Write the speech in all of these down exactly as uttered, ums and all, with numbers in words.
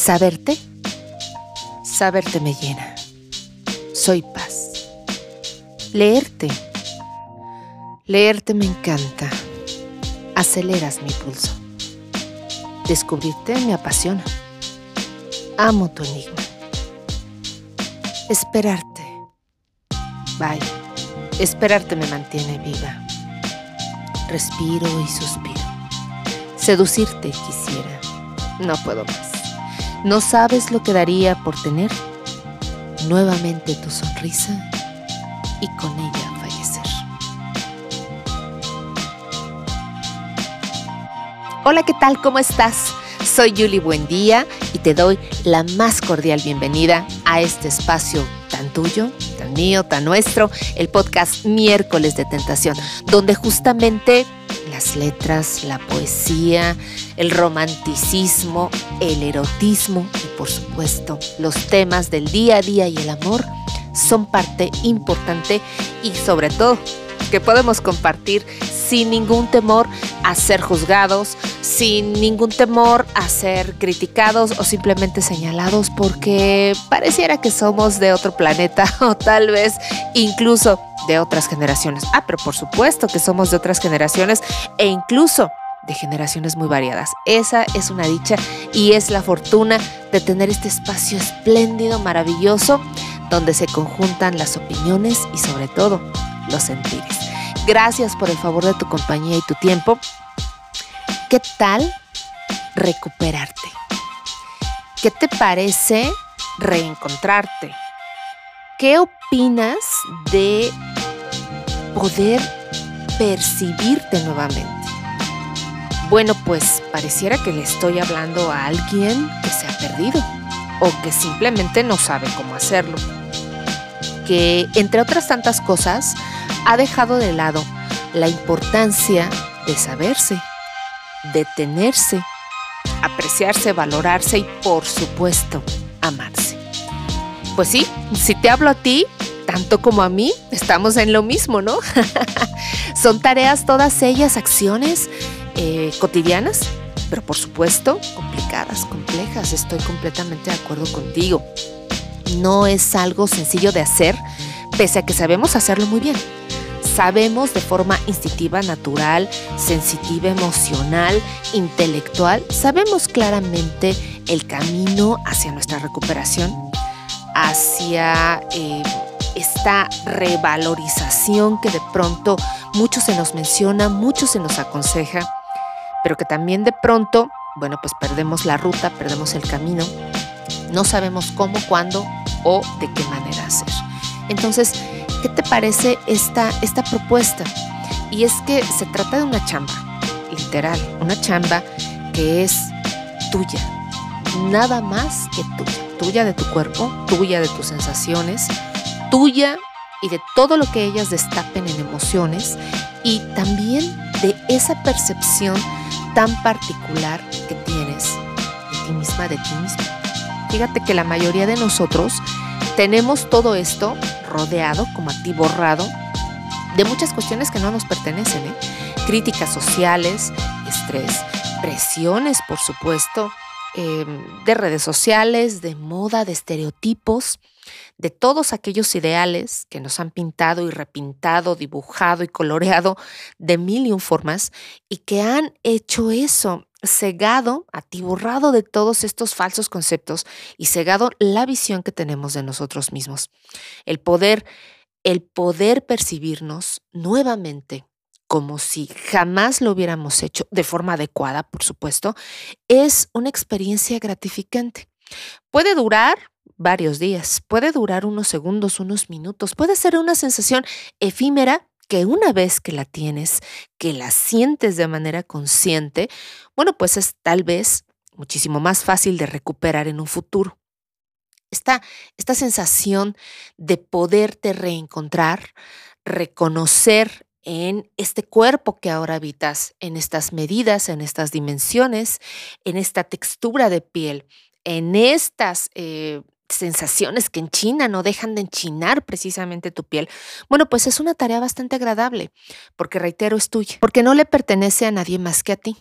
Saberte, saberte me llena. Soy paz. Leerte, leerte me encanta. Aceleras mi pulso. Descubrirte me apasiona. Amo tu enigma. Esperarte. Vaya, esperarte me mantiene viva. Respiro y suspiro. Seducirte quisiera. No puedo más. No sabes lo que daría por tener nuevamente tu sonrisa y con ella fallecer. Hola, ¿qué tal? ¿Cómo estás? Soy Yuli Buendía y te doy la más cordial bienvenida a este espacio tan tuyo, tan mío, tan nuestro, el podcast Miércoles de Tentación, donde justamente las letras, la poesía, el romanticismo, el erotismo y por supuesto los temas del día a día y el amor son parte importante y sobre todo que podemos compartir sin ningún temor a ser juzgados, sin ningún temor a ser criticados o simplemente señalados porque pareciera que somos de otro planeta o tal vez incluso de otras generaciones. Ah, pero por supuesto que somos de otras generaciones e incluso de generaciones muy variadas. Esa es una dicha y es la fortuna de tener este espacio espléndido, maravilloso, donde se conjuntan las opiniones y sobre todo los sentires. Gracias por el favor de tu compañía y tu tiempo. ¿Qué tal recuperarte? ¿Qué te parece reencontrarte? ¿Qué opinas de poder percibirte nuevamente? Bueno, pues pareciera que le estoy hablando a alguien que se ha perdido o que simplemente no sabe cómo hacerlo. Que, entre otras tantas cosas, ha dejado de lado la importancia de saberse, detenerse, apreciarse, valorarse y, por supuesto, amarse. Pues sí, si te hablo a ti, tanto como a mí, estamos en lo mismo, ¿no? Son tareas todas ellas, acciones eh, cotidianas, pero por supuesto, complicadas, complejas. Estoy completamente de acuerdo contigo. No es algo sencillo de hacer, pese a que sabemos hacerlo muy bien. Sabemos de forma instintiva, natural, sensitiva, emocional, intelectual, sabemos claramente el camino hacia nuestra recuperación, hacia eh, esta revalorización que de pronto mucho se nos menciona, mucho se nos aconseja, pero que también de pronto, bueno, pues perdemos la ruta, perdemos el camino, no sabemos cómo, cuándo o de qué manera hacer. Entonces, ¿qué te parece esta, esta propuesta? Y es que se trata de una chamba, literal, una chamba que es tuya, nada más que tuya, tuya de tu cuerpo, tuya de tus sensaciones, tuya y de todo lo que ellas destapen en emociones y también de esa percepción tan particular que tienes de ti misma, de ti mismo. Fíjate que la mayoría de nosotros tenemos todo esto rodeado, como atiborrado, de muchas cuestiones que no nos pertenecen, ¿eh? Críticas sociales, estrés, presiones, por supuesto, eh, de redes sociales, de moda, de estereotipos, de todos aquellos ideales que nos han pintado y repintado, dibujado y coloreado de mil y un formas y que han hecho eso, cegado, atiborrado de todos estos falsos conceptos y cegado la visión que tenemos de nosotros mismos. El poder, el poder percibirnos nuevamente como si jamás lo hubiéramos hecho, de forma adecuada, por supuesto, es una experiencia gratificante. Puede durar varios días, puede durar unos segundos, unos minutos, puede ser una sensación efímera que una vez que la tienes, que la sientes de manera consciente, bueno, pues es tal vez muchísimo más fácil de recuperar en un futuro. Esta, esta sensación de poderte reencontrar, reconocer en este cuerpo que ahora habitas, en estas medidas, en estas dimensiones, en esta textura de piel, en estas eh, sensaciones que enchinan, no dejan de enchinar precisamente tu piel. Bueno, pues es una tarea bastante agradable, porque reitero, es tuya, porque no le pertenece a nadie más que a ti.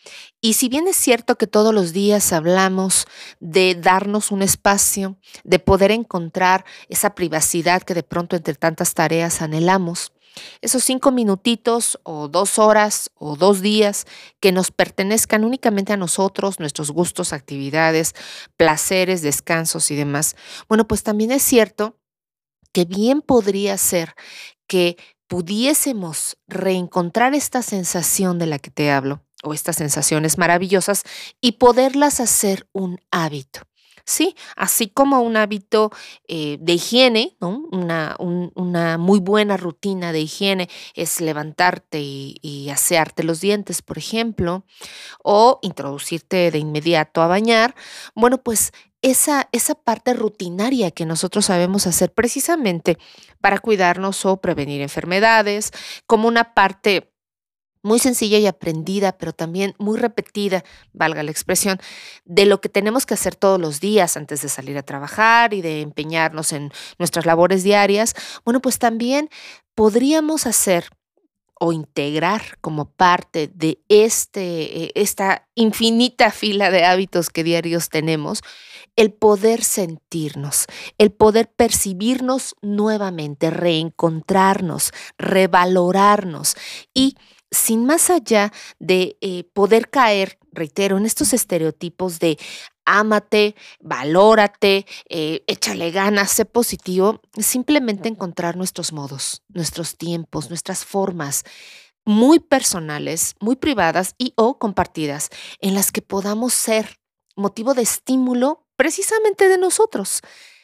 Y si bien es cierto que todos los días hablamos de darnos un espacio, de poder encontrar esa privacidad que de pronto entre tantas tareas anhelamos, esos cinco minutitos o dos horas o dos días que nos pertenezcan únicamente a nosotros, nuestros gustos, actividades, placeres, descansos y demás, bueno, pues también es cierto que bien podría ser que pudiésemos reencontrar esta sensación de la que te hablo o estas sensaciones maravillosas y poderlas hacer un hábito. Sí, así como un hábito eh, de higiene, ¿no? Una, un- una muy buena rutina de higiene es levantarte y, y asearte los dientes, por ejemplo, o introducirte de inmediato a bañar. Bueno, pues esa, esa parte rutinaria que nosotros sabemos hacer precisamente para cuidarnos o prevenir enfermedades, como una parte muy sencilla y aprendida, pero también muy repetida, valga la expresión, de lo que tenemos que hacer todos los días antes de salir a trabajar y de empeñarnos en nuestras labores diarias, bueno, pues también podríamos hacer o integrar como parte de este, eh, esta infinita fila de hábitos que diarios tenemos, el poder sentirnos, el poder percibirnos nuevamente, reencontrarnos, revalorarnos y sin más allá de eh, poder caer, reitero, en estos estereotipos de ámate, valórate, eh, échale ganas, sé positivo, simplemente encontrar nuestros modos, nuestros tiempos, nuestras formas muy personales, muy privadas y o compartidas, en las que podamos ser motivo de estímulo precisamente de nosotros,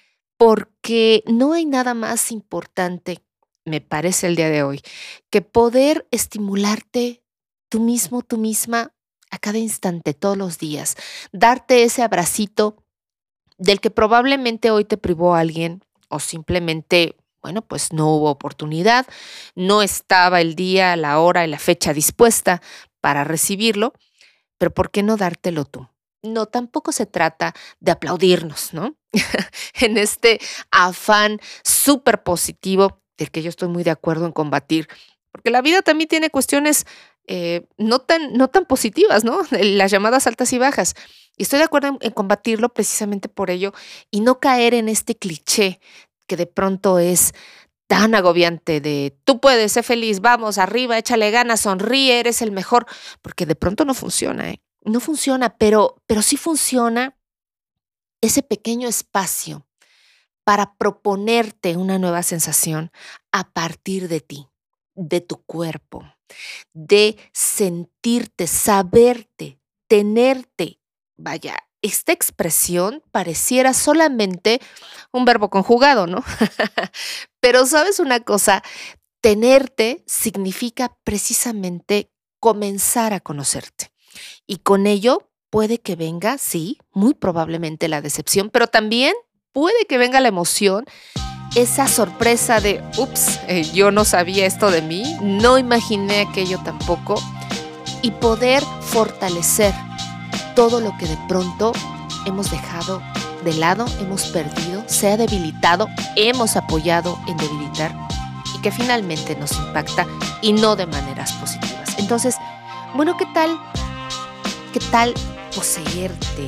porque no hay nada más importante, me parece el día de hoy, que poder estimularte tú mismo, tú misma, a cada instante, todos los días, darte ese abracito del que probablemente hoy te privó alguien o simplemente, bueno, pues no hubo oportunidad, no estaba el día, la hora y la fecha dispuesta para recibirlo, pero ¿por qué no dártelo tú? No, tampoco se trata de aplaudirnos, ¿no? En este afán súper positivo del que yo estoy muy de acuerdo en combatir, porque la vida también tiene cuestiones eh, no tan, no tan positivas, ¿no? Las llamadas altas y bajas. Y estoy de acuerdo en, en combatirlo precisamente por ello y no caer en este cliché que de pronto es tan agobiante de tú puedes ser feliz, vamos arriba, échale ganas, sonríe, eres el mejor, porque de pronto no funciona, ¿eh? No funciona, pero, pero sí funciona ese pequeño espacio para proponerte una nueva sensación a partir de ti, de tu cuerpo, de sentirte, saberte, tenerte. Vaya, esta expresión pareciera solamente un verbo conjugado, ¿no? Pero sabes una cosa, tenerte significa precisamente comenzar a conocerte. Y con ello puede que venga, sí, muy probablemente la decepción, pero también puede que venga la emoción, esa sorpresa de, ups, eh, yo no sabía esto de mí, no imaginé aquello tampoco, y poder fortalecer todo lo que de pronto hemos dejado de lado, hemos perdido, se ha debilitado, hemos apoyado en debilitar y que finalmente nos impacta y no de maneras positivas. Entonces, bueno, ¿qué tal? ¿Qué tal poseerte,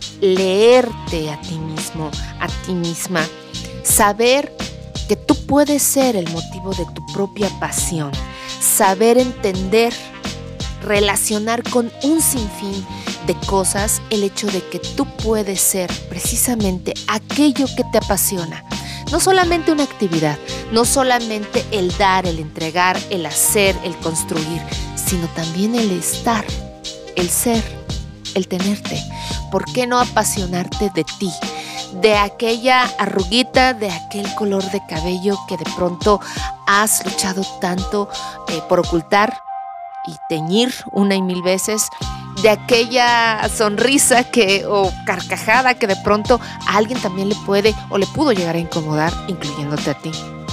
leerte a ti mismo, a ti misma, saber que tú puedes ser el motivo de tu propia pasión, saber entender, relacionar con un sinfín de cosas el hecho de que tú puedes ser precisamente aquello que te apasiona? No solamente una actividad, no solamente el dar, el entregar, el hacer, el construir, sino también el estar, el ser, el tenerte. ¿Por qué no apasionarte de ti? De aquella arruguita, de aquel color de cabello que de pronto has luchado tanto eh, por ocultar y teñir una y mil veces, de aquella sonrisa que o carcajada que de pronto a alguien también le puede o le pudo llegar a incomodar, incluyéndote a ti.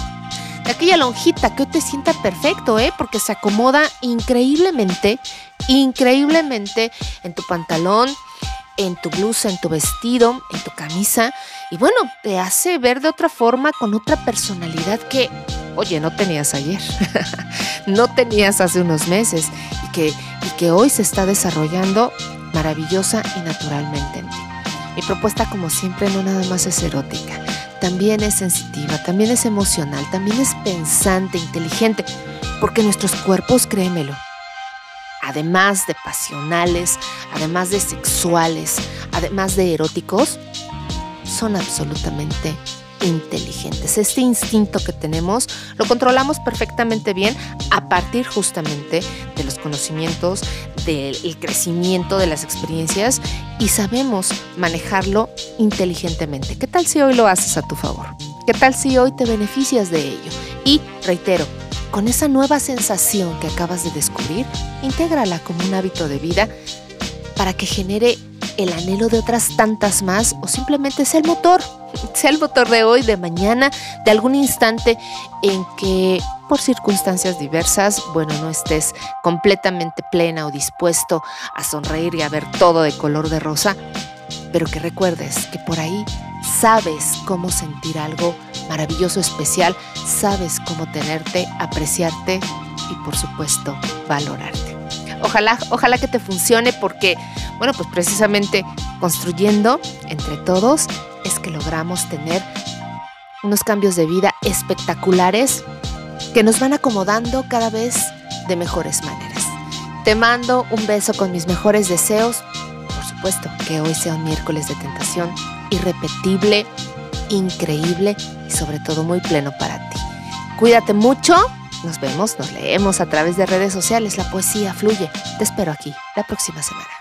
De aquella lonjita que hoy te sienta perfecto, ¿eh? Porque se acomoda increíblemente, increíblemente en tu pantalón, en tu blusa, en tu vestido, en tu camisa, y bueno, te hace ver de otra forma, con otra personalidad que, oye, no tenías ayer, no tenías hace unos meses, y que, y y que hoy se está desarrollando maravillosa y naturalmente en ti. Mi propuesta, como siempre, no nada más es erótica, también es sensitiva, también es emocional, también es pensante, inteligente, porque nuestros cuerpos, créemelo, además de pasionales, además de sexuales, además de eróticos, son absolutamente inteligentes. Este instinto que tenemos lo controlamos perfectamente bien a partir justamente de los conocimientos, del crecimiento, de las experiencias, y sabemos manejarlo inteligentemente. ¿Qué tal si hoy lo haces a tu favor? ¿Qué tal si hoy te beneficias de ello? Y reitero, con esa nueva sensación que acabas de descubrir, intégrala como un hábito de vida para que genere el anhelo de otras tantas más, o simplemente sea el motor, sea el motor de hoy, de mañana, de algún instante en que por circunstancias diversas, bueno, no estés completamente plena o dispuesto a sonreír y a ver todo de color de rosa, pero que recuerdes que por ahí sabes cómo sentir algo maravilloso, especial, sabes cómo tenerte, apreciarte y por supuesto valorarte. Ojalá, ojalá que te funcione, porque, bueno, pues precisamente construyendo entre todos es que logramos tener unos cambios de vida espectaculares que nos van acomodando cada vez de mejores maneras. Te mando un beso con mis mejores deseos. Por supuesto, que hoy sea un miércoles de tentación irrepetible, increíble y sobre todo muy pleno para ti. Cuídate mucho. Nos vemos, nos leemos a través de redes sociales. La poesía fluye. Te espero aquí la próxima semana.